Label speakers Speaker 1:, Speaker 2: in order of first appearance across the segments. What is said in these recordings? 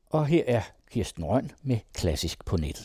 Speaker 1: Og her er Kirsten Rønn med Klassisk på nettet.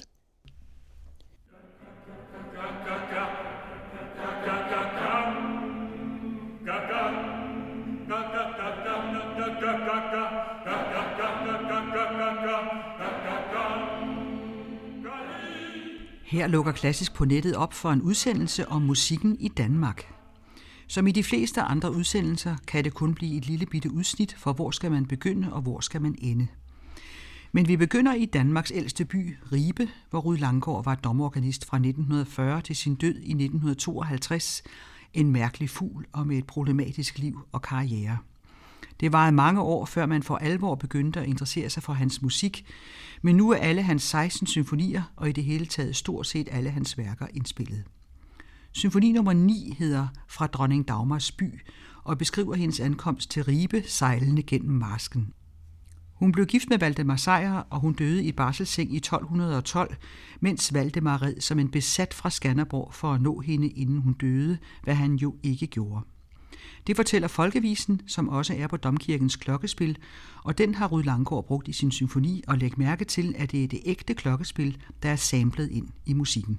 Speaker 2: Her lukker Klassisk på nettet op for en udsendelse om musikken i Danmark. Som i de fleste andre udsendelser kan det kun blive et lille bitte udsnit, for hvor skal man begynde og hvor skal man ende. Men vi begynder i Danmarks ældste by, Ribe, hvor Rued Langgaard var domorganist fra 1940 til sin død i 1952. En mærkelig fugl og med et problematisk liv og karriere. Det varede mange år, før man for alvor begyndte at interessere sig for hans musik, men nu er alle hans 16 symfonier og i det hele taget stort set alle hans værker indspillet. Symfoni nummer 9 hedder Fra Dronning Dagmars by og beskriver hendes ankomst til Ribe sejlende gennem marsken. Hun blev gift med Valdemar Sejr, og hun døde i barselsseng i 1212, mens Valdemar red som en besat fra Skanderborg for at nå hende, inden hun døde, hvad han jo ikke gjorde. Det fortæller Folkevisen, som også er på Domkirkens klokkespil, og den har Rued Langgaard brugt i sin symfoni, og læg mærke til, at det er det ægte klokkespil, der er samlet ind i musikken.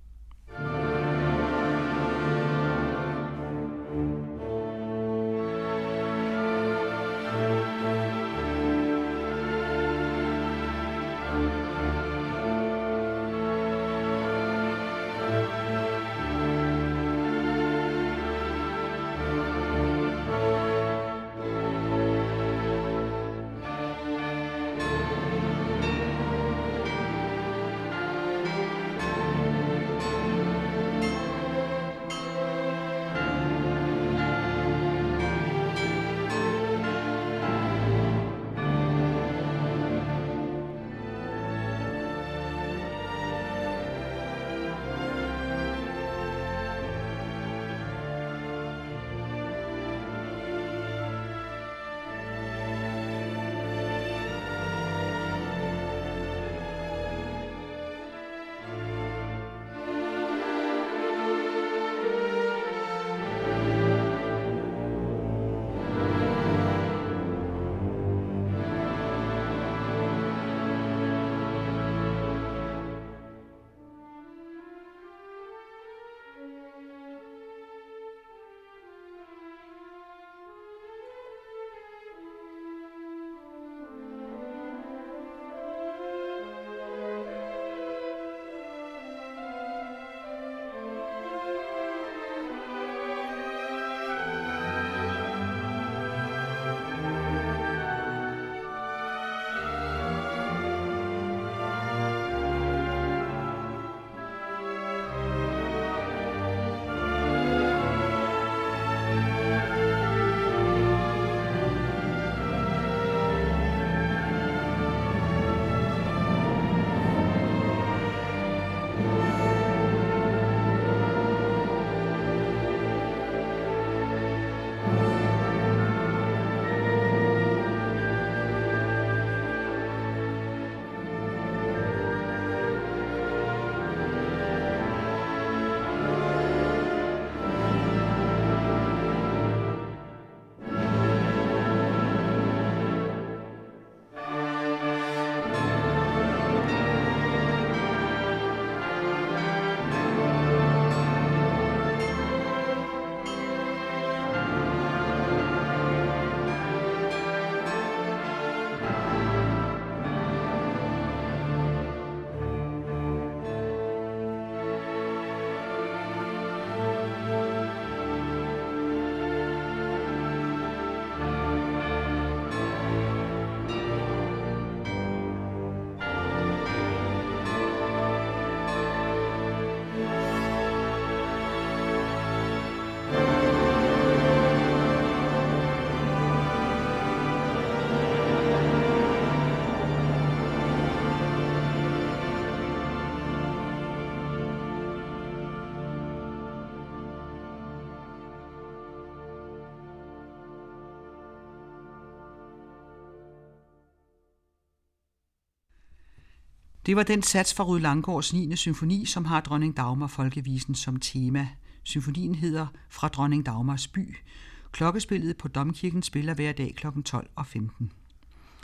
Speaker 2: Det var den sats fra Rued Langgaards 9. symfoni, som har Dronning Dagmar Folkevisen som tema. Symfonien hedder Fra Dronning Dagmars by. Klokkespillet på Domkirken spiller hver dag kl. 12:15.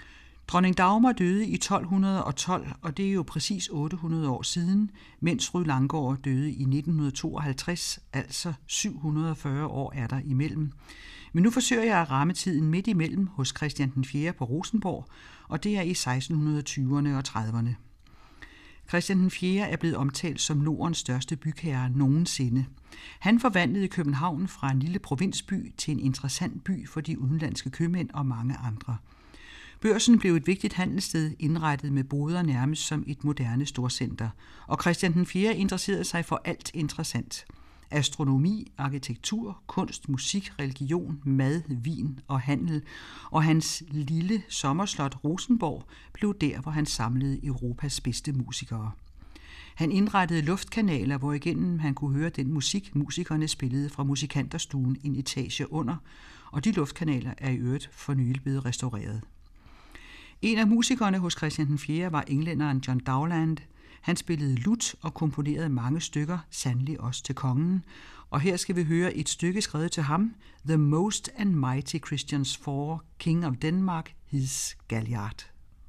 Speaker 2: Dronning Dagmar døde i 1212, og det er jo præcis 800 år siden, mens Ryd Langgaard døde i 1952, altså 740 år er der imellem. Men nu forsøger jeg at ramme tiden midt imellem hos Christian den 4. på Rosenborg, og det er i 1620'erne og 30'erne. Christian den 4. er blevet omtalt som Nordens største bygherre nogensinde. Han forvandlede København fra en lille provinsby til en interessant by for de udenlandske købmænd og mange andre. Børsen blev et vigtigt handelssted indrettet med boder nærmest som et moderne storcenter, og Christian den 4. interesserede sig for alt interessant. Astronomi, arkitektur, kunst, musik, religion, mad, vin og handel, og hans lille sommerslot Rosenborg blev der, hvor han samlede Europas bedste musikere. Han indrettede luftkanaler, hvorigennem han kunne høre den musik, musikerne spillede fra musikanterstuen en etage under, og de luftkanaler er i øvrigt for nylig blevet restaureret. En af musikerne hos Christian den 4. var englænderen John Dowland. Han spillede lut og komponerede mange stykker, sandelig også til kongen. Og her skal vi høre et stykke skrevet til ham, The Most and Mighty Christians for King of Denmark, his Galliard.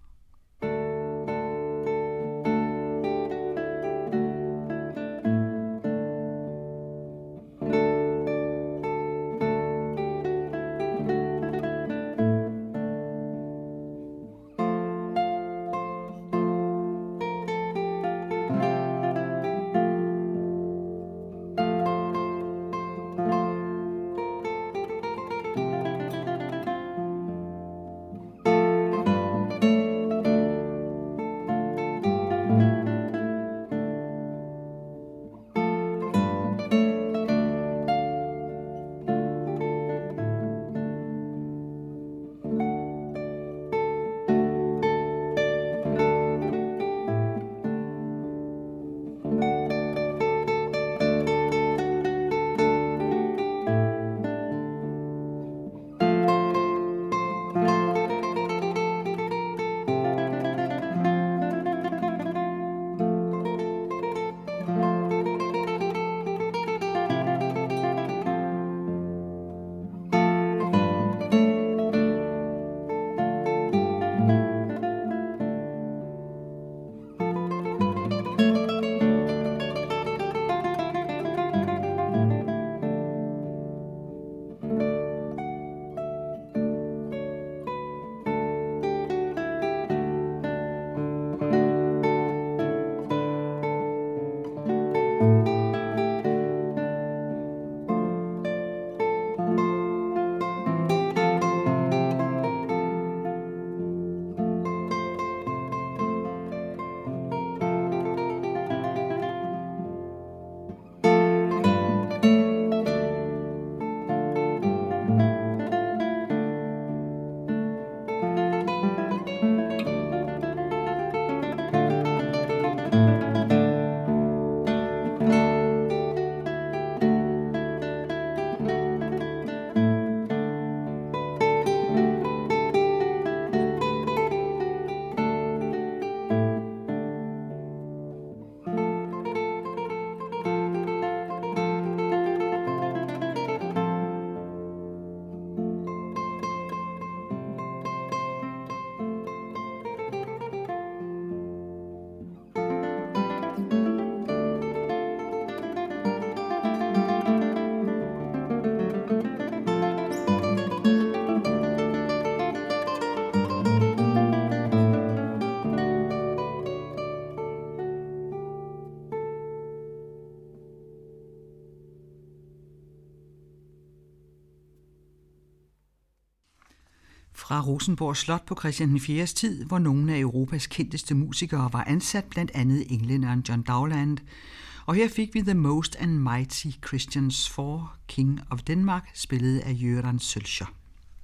Speaker 2: Fra Rosenborg Slot på Christian den 4. tid, hvor nogle af Europas kendteste musikere var ansat, blandt andet englænderen John Dowland. Og her fik vi The Most and Mighty Christians for King of Denmark, spillet af Göran Sølscher.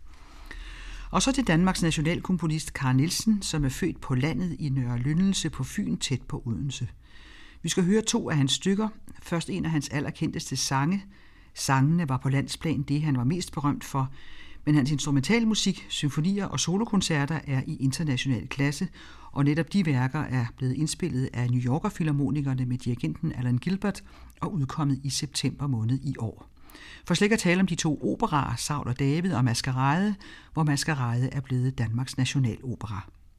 Speaker 2: Og så til Danmarks nationalkomponist Carl Nielsen, som er født på landet i Nørre Lyndelse på Fyn, tæt på Odense. Vi skal høre 2 af hans stykker. Først en af hans allerkendteste sange. Sangene var på landsplan det, han var mest berømt for, men hans instrumentalmusik, symfonier og solokoncerter er i international klasse, og netop de værker er blevet indspillet af New Yorker Filharmonikerne med dirigenten Alan Gilbert og udkommet i september måned i år. For slet ikke at tale om de 2 operaer, Saul og David og Maskerade, hvor Maskerade er blevet Danmarks nationalopera.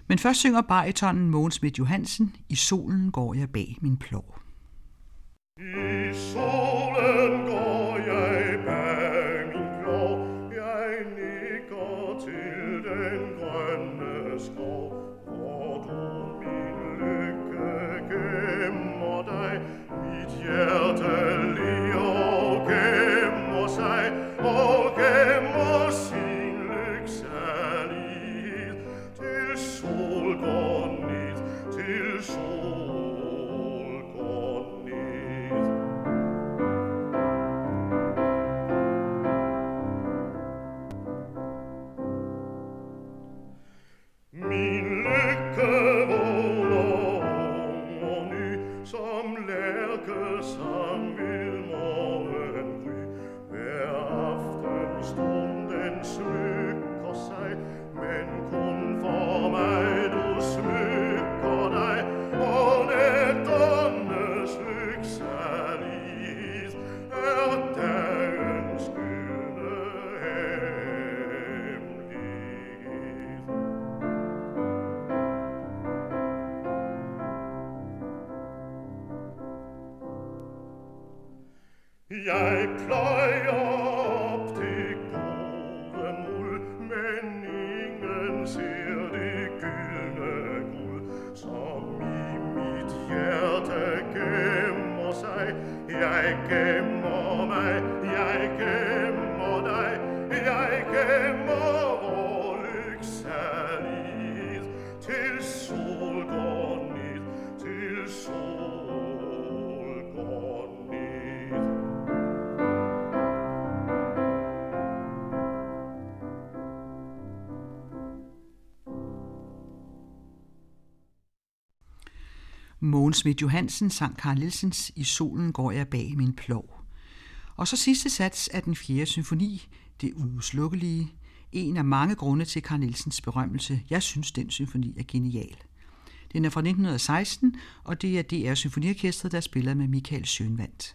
Speaker 2: Men først synger baritonen Mogens Schmidt-Johansen I solen går jeg bag min plov.
Speaker 3: I solen går jeg bag min plov, jeg nikker til den grønne skov, hvor du min lykke gemmer dig, mit hjerte lige gemmer sig og gemmer sin lyksalighed, til sol går ned, til sol går ned. Min lykke vågner ung og ny, som lærkesang ved morgengry. Hver aftenstund den smykker sig, men kun for mig du smykker dig, og nætternes lyksalighed er dagens gyldne hemmelighed. Jeg pløjer op det gode muld, men ingen ser det gyldne guld, som i mit hjerte gemmer sig. Jeg gemmer mig, jeg gemmer dig, jeg gemmer vor lyksalighed, til sol går ned, til sol går ned.
Speaker 2: Mogens Schmidt-Johansen sang Carl Nielsens I solen går jeg bag min plov. Og så sidste sats af den 4. symfoni, Det uudslukkelige, en af mange grunde til Carl Nielsens berømmelse. Jeg synes, den symfoni er genial. Den er fra 1916, og det er DR Symfoniorkestret, der spiller med Michael Schønwandt.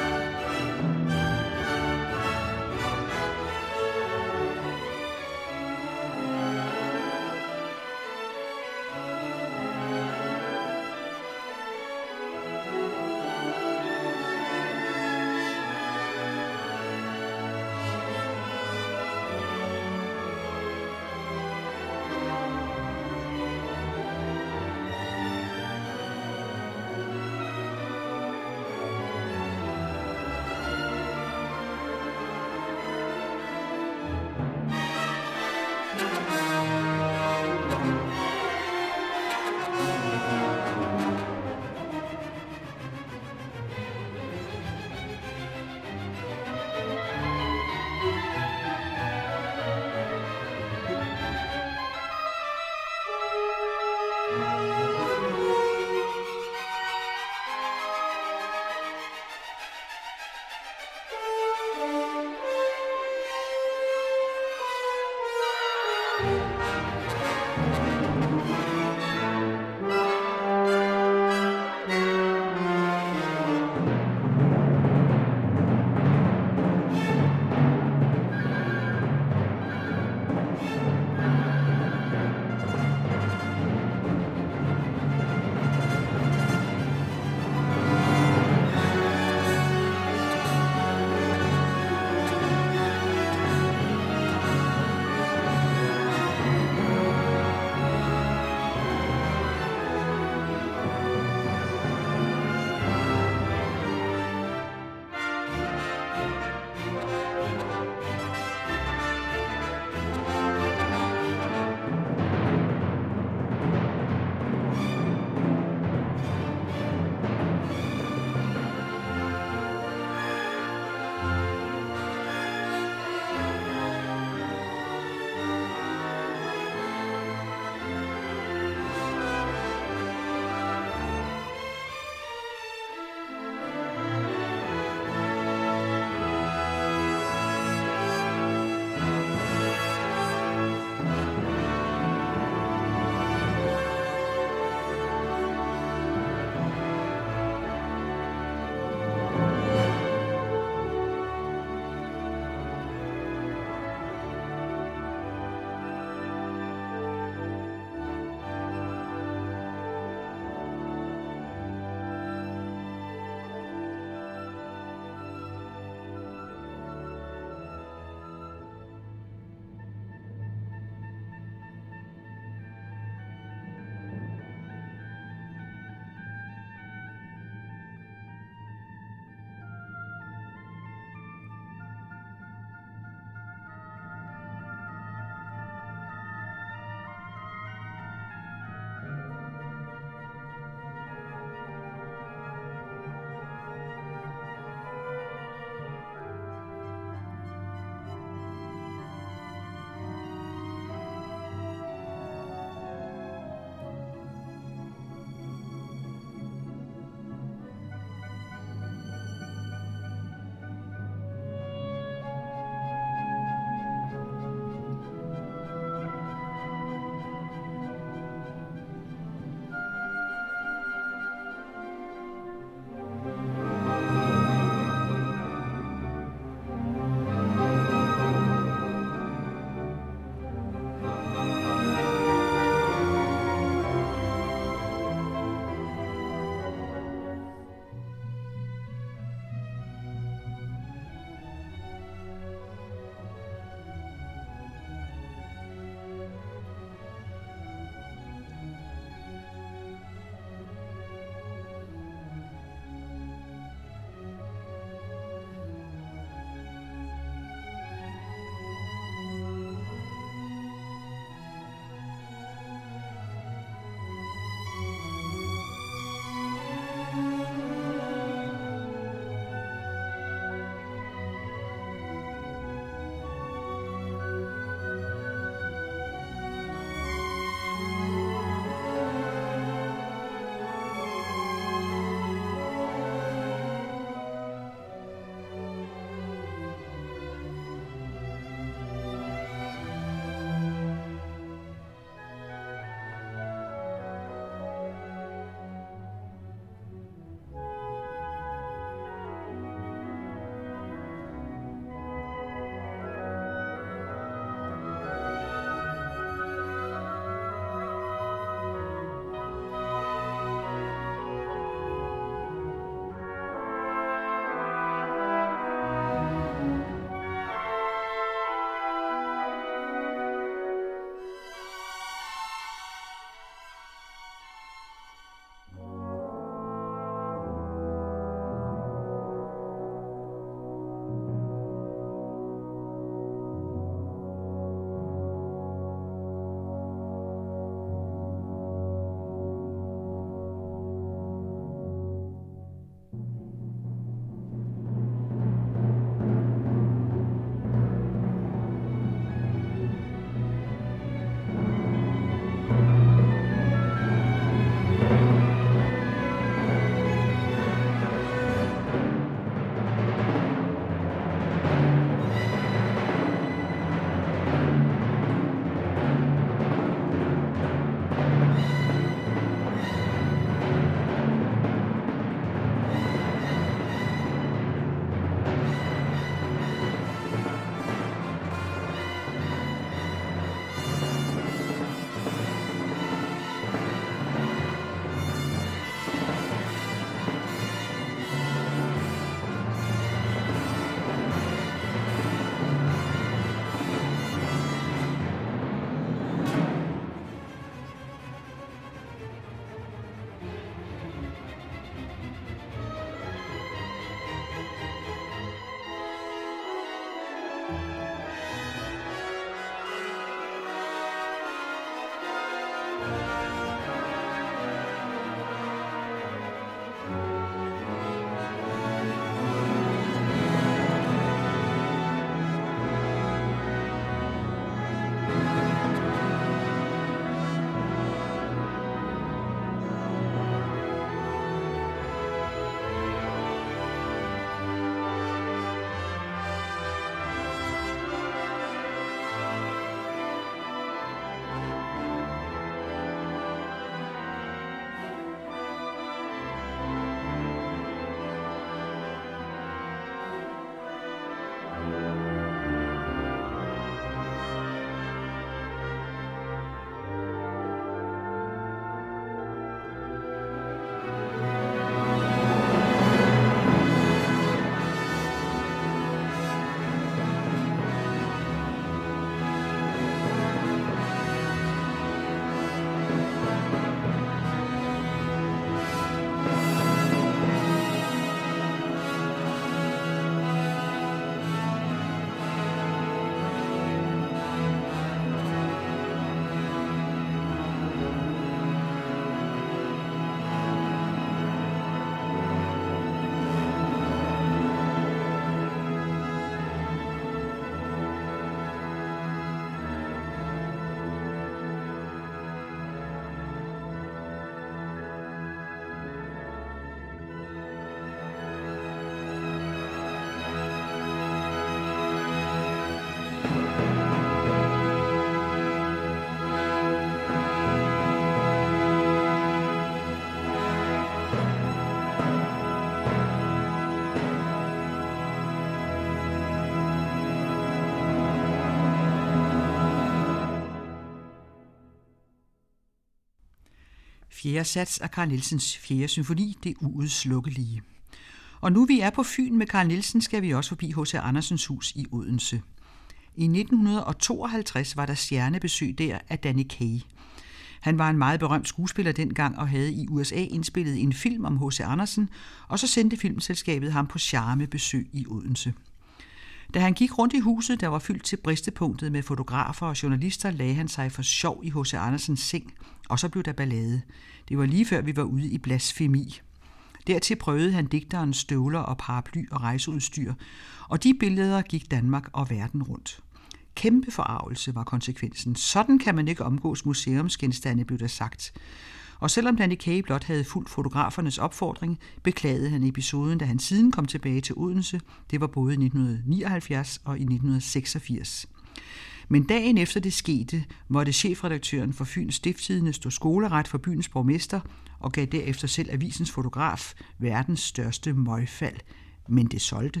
Speaker 2: Fjerde sats af Carl Nielsens 4. symfoni, Det uudslukkelige. Og nu vi er på Fyn med Carl Nielsen, skal vi også forbi H.C. Andersens hus i Odense. I 1952 var der stjernebesøg der af Danny Kaye. Han var en meget berømt skuespiller dengang og havde i USA indspillet en film om H.C. Andersen, og så sendte filmselskabet ham på charmebesøg i Odense. Da han gik rundt i huset, der var fyldt til bristepunktet med fotografer og journalister, lagde han sig for sjov i H.C. Andersens seng, og så blev der ballade. Det var lige før vi var ude i blasfemi. Dertil prøvede han digterens støvler og paraply og rejseudstyr, og de billeder gik Danmark og verden rundt. Kæmpe forarvelse var konsekvensen. Sådan kan man ikke omgås museumsgenstande, blev der sagt. Og selvom Danny Kaye blot havde fulgt fotografernes opfordring, beklagede han episoden, da han siden kom tilbage til Odense. Det var både i 1979 og i 1986. Men dagen efter det skete, måtte chefredaktøren for Fyns Stiftstidende stå skoleret for byens borgmester og gav derefter selv avisens fotograf verdens største møgfald. Men det solgte.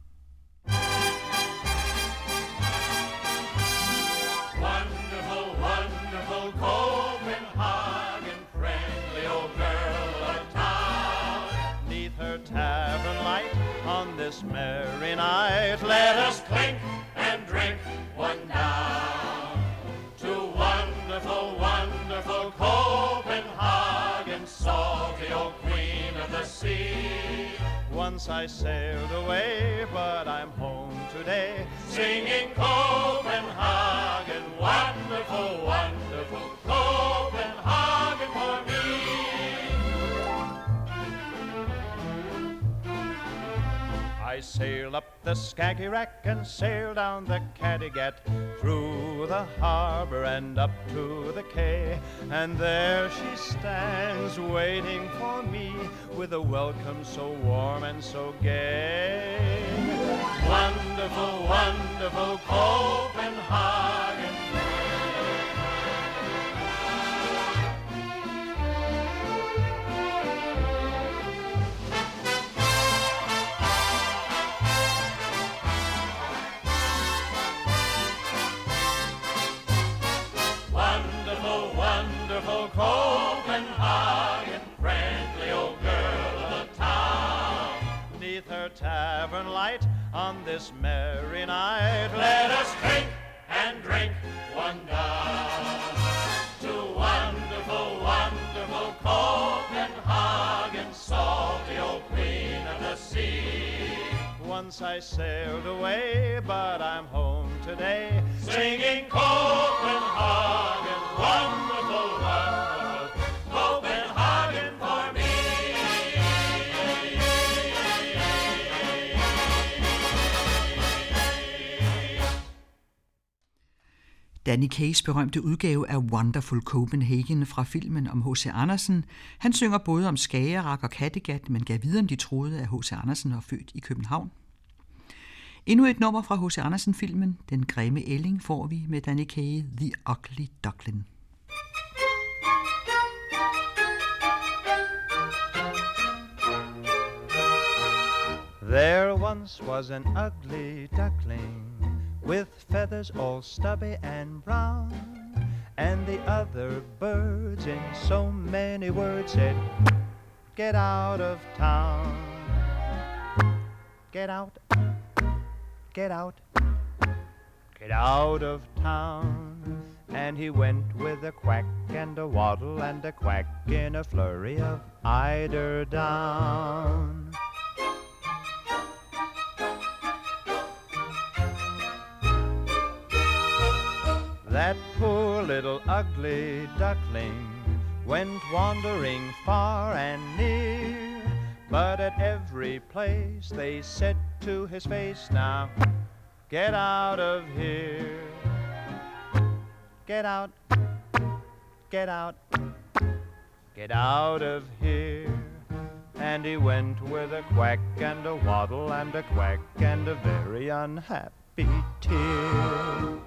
Speaker 4: This merry night, let us clink and drink one down to wonderful, wonderful Copenhagen, salty old queen of the sea. Once I sailed away, but I'm home today, singing Copenhagen, wonderful, wonderful Copenhagen for me. I sailed up the Skagerrak and sailed down the Kattegat, through the harbor and up to the quay, and there she stands waiting for me with a welcome so warm and so gay. Wonderful, wonderful Copenhagen. Copenhagen, friendly old girl of the town. Neath her tavern light on this merry night, let us drink and drink one down to wonderful, wonderful Copenhagen, salty old queen of the sea. Once I sailed away, but I'm home today, singing Copenhagen, wonderful, wonderful Copenhagen for me.
Speaker 2: Danny Kayes berømte udgave af Wonderful Copenhagen fra filmen om H.C. Andersen. Han synger både om Skagerrak og Kattegat, men gav videre, om de troede, at H.C. Andersen var født i København. Endnu et nummer fra H.C. Andersen-filmen, Den grimme ælling, får vi med Danny Kaye, The Ugly Duckling.
Speaker 4: There once was an ugly duckling with feathers all stubby and brown, and the other birds in so many words said, "Get out of town, get out, get out, get out of town." And he went with a quack and a waddle and a quack in a flurry of eiderdown. That poor little ugly duckling went wandering far and near, but at every place they said to his face, "Now get out of here, get out, get out, get out of here." And he went with a quack and a waddle and a quack and a very unhappy tear.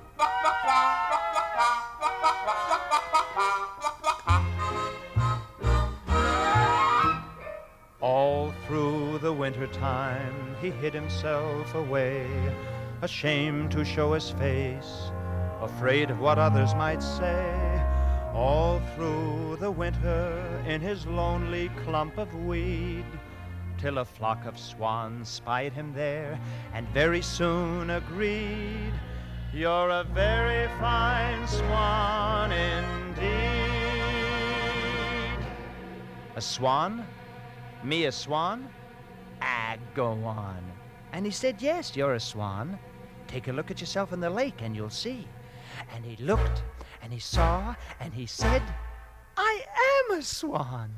Speaker 4: All through the winter time he hid himself away, ashamed to show his face, afraid of what others might say. all through the winter in his lonely clump of weed, till a flock of swans spied him there and very soon agreed, "You're a very fine swan indeed." A swan? Me a swan? Ah, go on. And he said, "Yes, you're a swan. Take a look at yourself in the lake and you'll see." And he looked and he saw and he said, "I am a swan.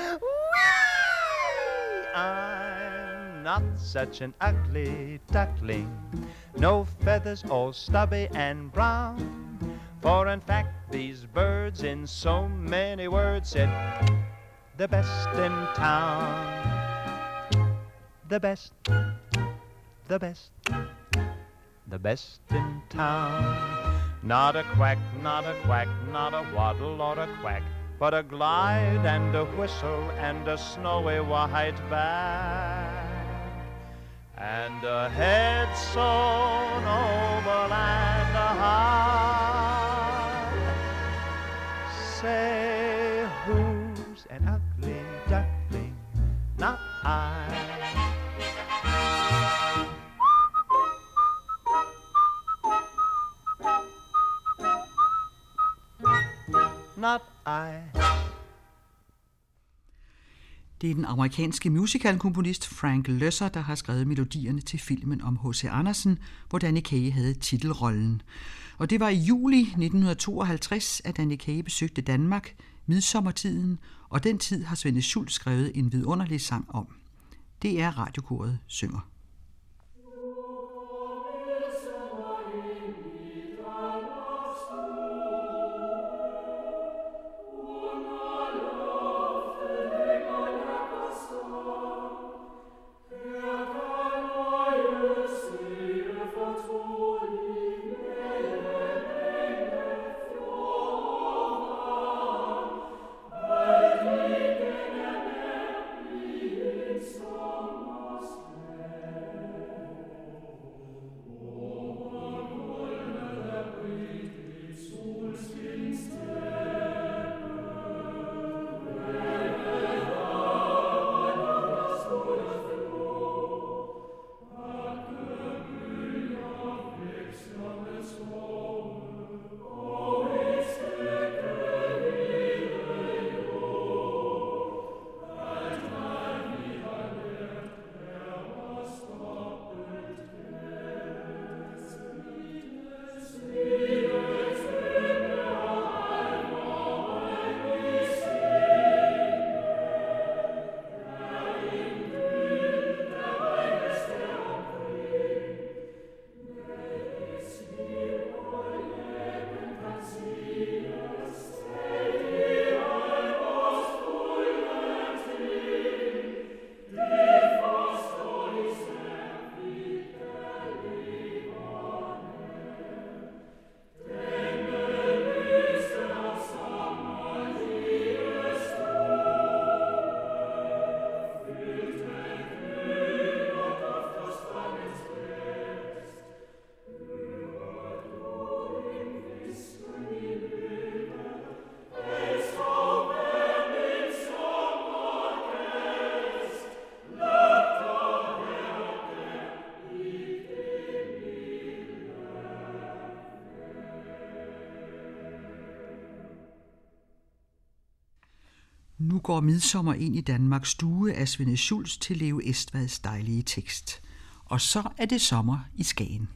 Speaker 4: Whee! I'm not such an ugly duckling, no feathers all stubby and brown. For in fact these birds in so many words said, the best in town. The best, the best, the best in town. Not a quack, not a quack, not a waddle or a quack, but a glide and a whistle and a snowy white back, and a head sewn over and a high. Say, who's an ugly duckling? Not I. Not I.
Speaker 2: Det er den amerikanske musicalkomponist Frank Loesser, der har skrevet melodierne til filmen om H.C. Andersen, hvor Danny Kaye havde titelrollen. Og det var i juli 1952, at Danny Kaye besøgte Danmark, midsommertiden, og den tid har Svende Schultz skrevet en vidunderlig sang om. Det er Radiokoret synger. Nu går midsommer ind i Danmarks stue af Svende Schultz til Leo Estvads dejlige tekst. Og så er det sommer i Skagen.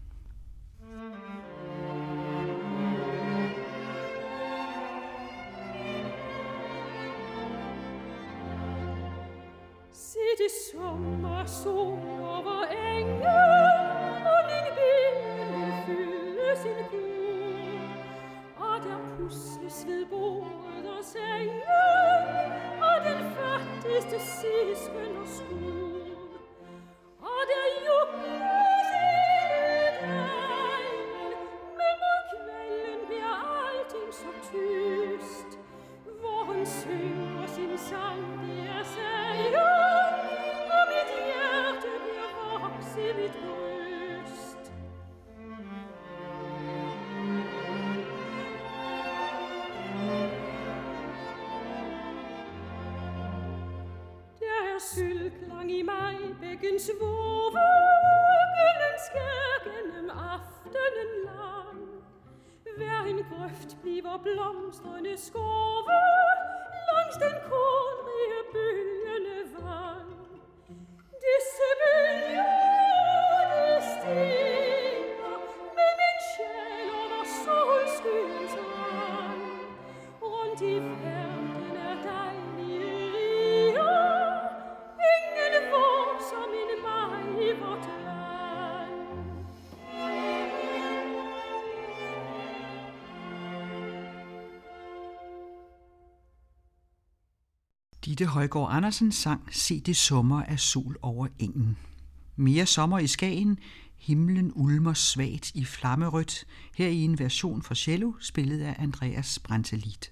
Speaker 5: Se det sommersol over engen, og lyngvinden fylder sin gul, og der pusles ved bordet og sengen, og den fattigste sisken og skud, og der jubles i bækkens vove, gylden skær gennem aftenen lang. Hver en grøft bliver blomstrende skove, langs den kornrige bølgende vand. Disse bølger, de stiger med min sjæl over solskyens rand. Rundt i verden er dejlige riger, ingen vor som en mig i vort land.
Speaker 2: Ditte Højgaard Andersen sang Se det sommer af sol over engen. Mere sommer i Skagen, himlen ulmer svagt i flammerødt, her i en version for cello, spillet af Andreas Brantelid.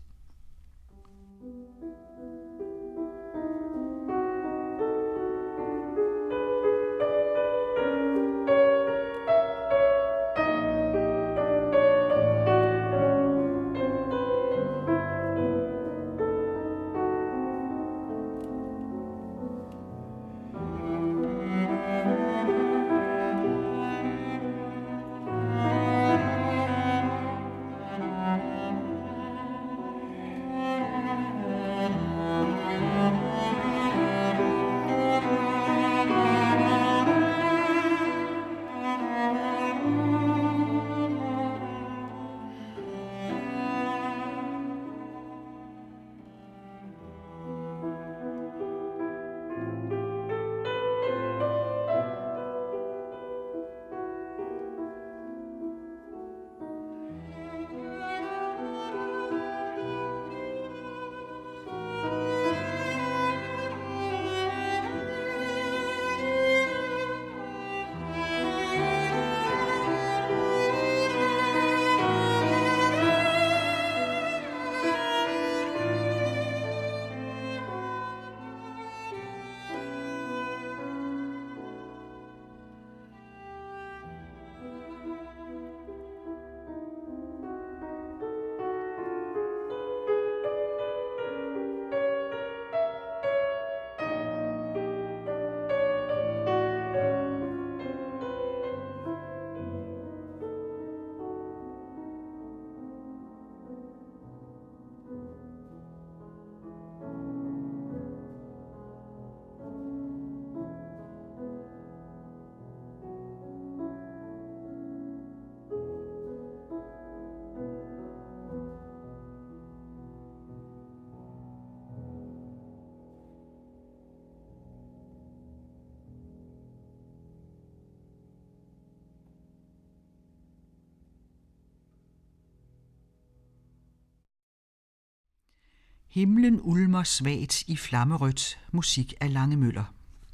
Speaker 2: Himlen ulmer svagt i flammerødt, musik af Lange Møller.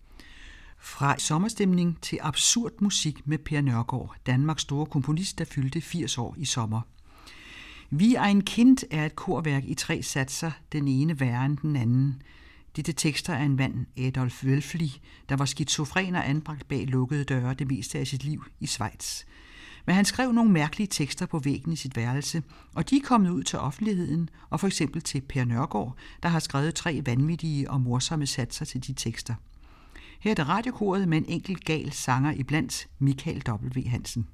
Speaker 2: Fra sommerstemning til absurd musik med Per Nørgård, Danmarks store komponist, der fyldte 80 år i sommer. Wie ein Kind er et korværk i 3 satser, den ene værre end den anden. Dette tekster af en mand, Adolf Wölfli, der var skizofren og anbragt bag lukkede døre det meste af sit liv i Schweiz. Men han skrev nogle mærkelige tekster på væggen i sit værelse, og de er kommet ud til offentligheden, og for eksempel til Per Nørgård, der har skrevet 3 vanvittige og morsomme satser til de tekster. Her er det radiokoret med en enkelt gal sanger iblandt, Michael W. Hansen.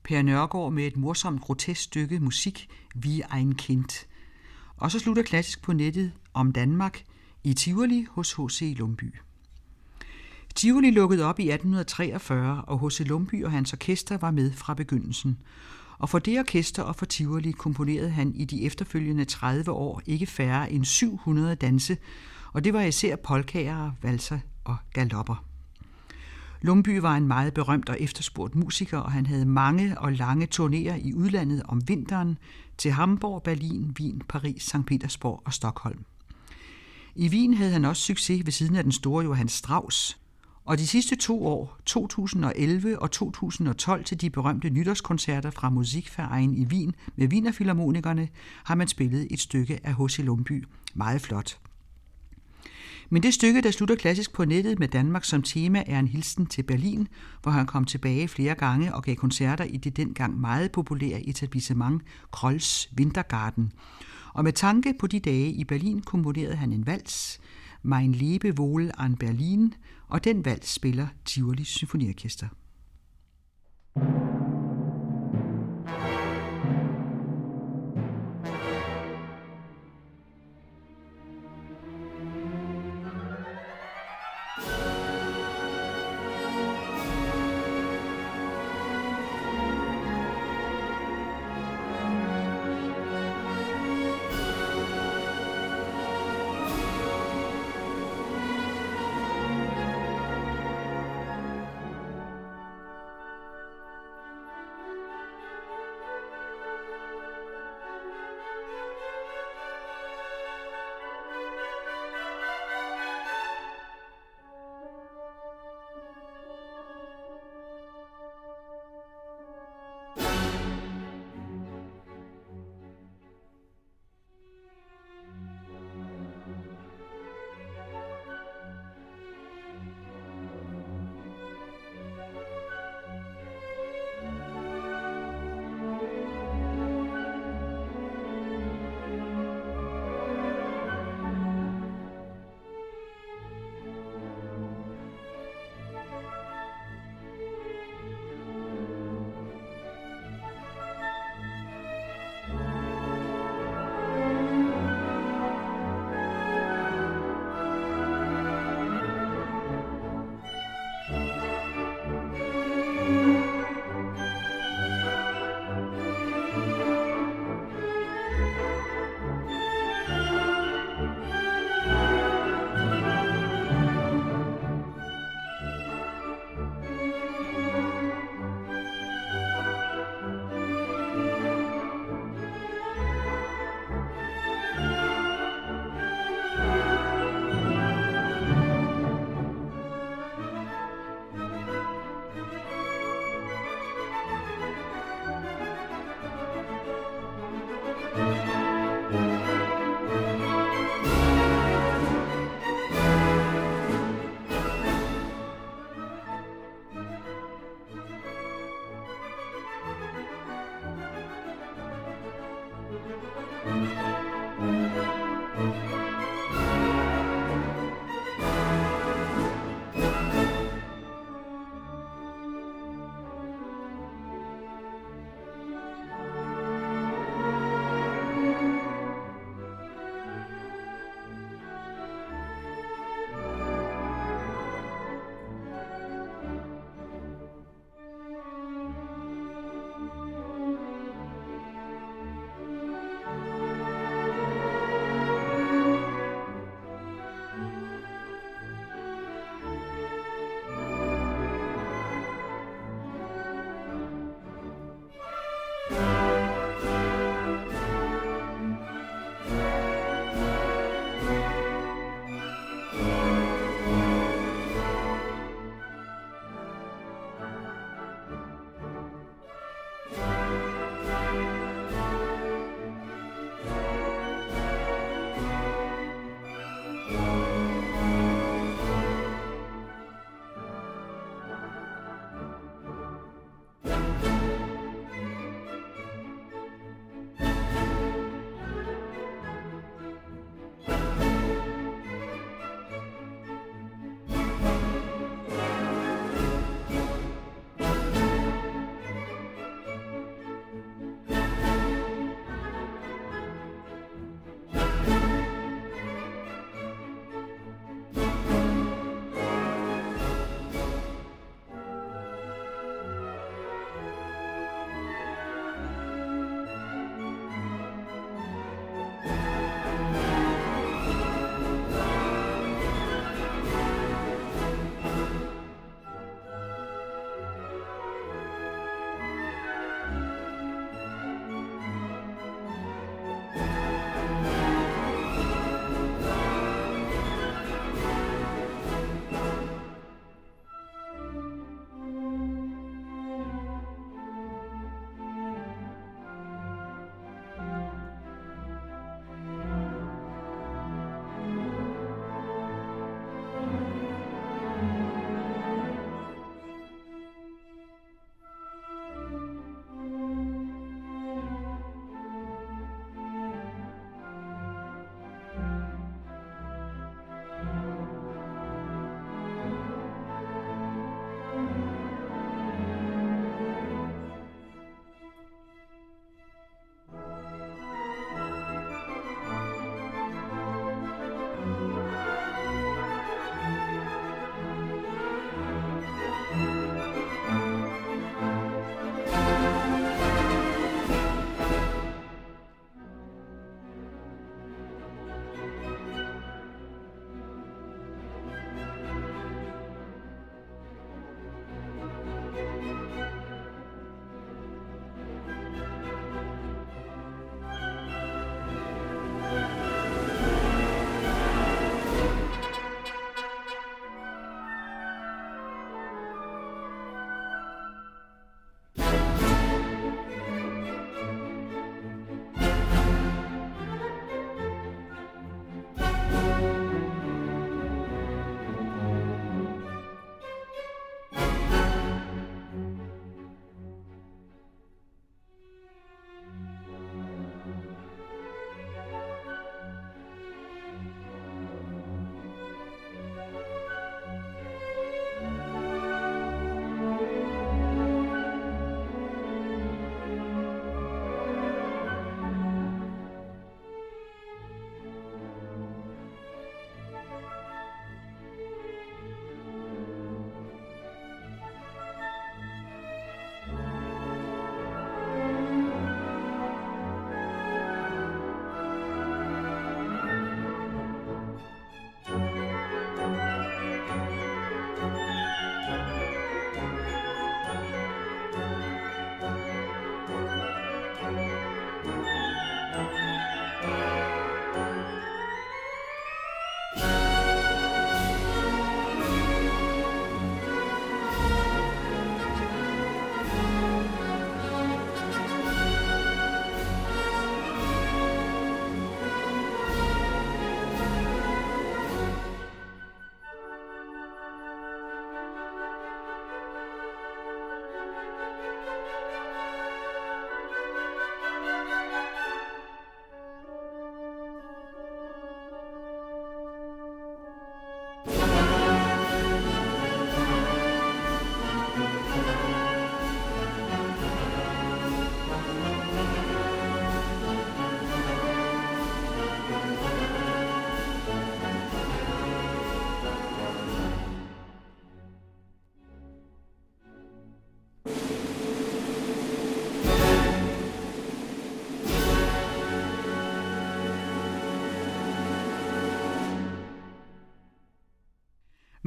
Speaker 2: Per Nørgård med et morsomt grotesk stykke musik, Wie ein Kind. Og så slutter Klassisk på nettet om Danmark i Tivoli hos H.C. Lumbye. Tivoli lukkede op i 1843, og H.C. Lumbye og hans orkester var med fra begyndelsen. Og for det orkester og for Tivoli komponerede han i de efterfølgende 30 år ikke færre end 700 danse, og det var især polkaer, valser og galopper. Lumbye var en meget berømt og efterspurgt musiker, og han havde mange og lange turnéer i udlandet om vinteren til Hamburg, Berlin, Wien, Paris, St. Petersborg og Stockholm. I Wien havde han også succes ved siden af den store Johann Strauss, og de sidste 2 år, 2011 og 2012, til de berømte nytårskoncerter fra Musikverein i Wien med Wienerfilharmonikerne, har man spillet et stykke af H.C. Lumbye. Meget flot. Men det stykke, der slutter Klassisk på nettet med Danmark som tema, er en hilsen til Berlin, hvor han kom tilbage flere gange og gav koncerter i det dengang meget populære etablissement Krolls Wintergarten. Og med tanke på de dage i Berlin komponerede han en vals, Mein Lebewohl an Berlin, og den vals spiller Tivoli Symfoniorkester.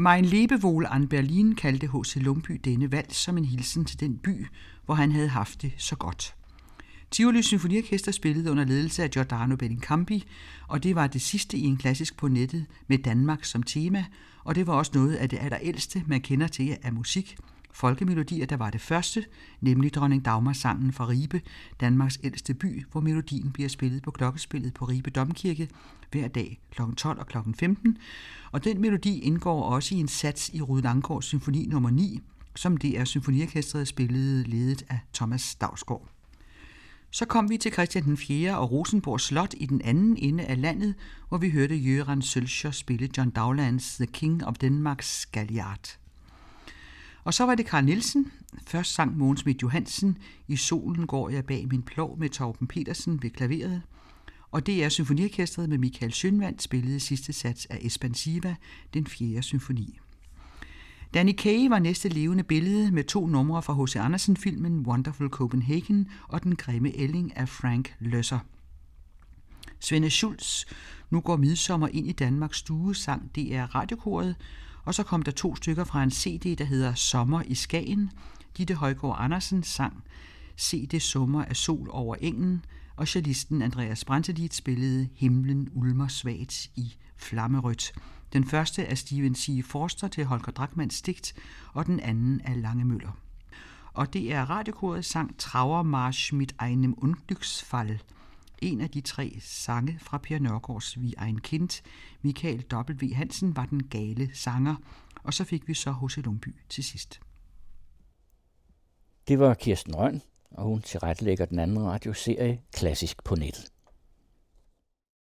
Speaker 2: Mein Lebewohl an Berlin kaldte H.C. Lumbye denne vals som en hilsen til den by, hvor han havde haft det så godt. Tivoli Symfoniorkester spillede under ledelse af Giordano Bellincampi, og det var det sidste i en klassisk på nettet med Danmark som tema, og det var også noget af det allerældste, man kender til af musik. Folkemelodier, der var det første, nemlig Dronning Dagmar-sangen fra Ribe, Danmarks ældste by, hvor melodien bliver spillet på klokkespillet på Ribe Domkirke hver dag kl. 12 og kl. 15, og den melodi indgår også i en sats i Rued Langgaards symfoni nummer 9, som DR Symfoniorkestret spillede ledet af Thomas Dausgaard. Så kom vi til Christian den 4. og Rosenborg Slot i den anden ende af landet, hvor vi hørte Göran Sölscher spille John Dowlands The King of Denmark's Galliard. Og så var det Carl Nielsen. Først sang Mogens Schmidt Johansen I solen går jeg bag min plov med Torben Petersen ved klaveret. Og det er Symfoniorkestret med Michael Schønwandt spillede sidste sats af Espansiva, den 4. symfoni. Danny Kaye var næste levende billede med 2 numre fra H.C. Andersen-filmen Wonderful Copenhagen og Den grimme ælling af Frank Loesser. Svende Schultz, Nu går midsommer ind i Danmarks stue, sang DR Radiokoret, og så kom der 2 stykker fra en CD, der hedder Sommer i Skagen. Ditte Højgaard Andersen sang Se det summer af sol over engen, og cellisten Andreas Brantelid spillede Himlen ulmer svagt i flammerødt. Den første er Stephen C. Forster til Holger Drachmanns digt, og den anden er Langemøller. Og det er Radiokoret sang Trauermarsch mit einem Unglücksfall, en af de 3 sange fra Per Nørgaards Wie ein Kind. Michael W. Hansen var den gale sanger, og så fik vi så H.C. Lumbye til sidst.
Speaker 1: Det var Kirsten Rønn, og hun tilrettelægger den anden radioserie Klassisk på nettet.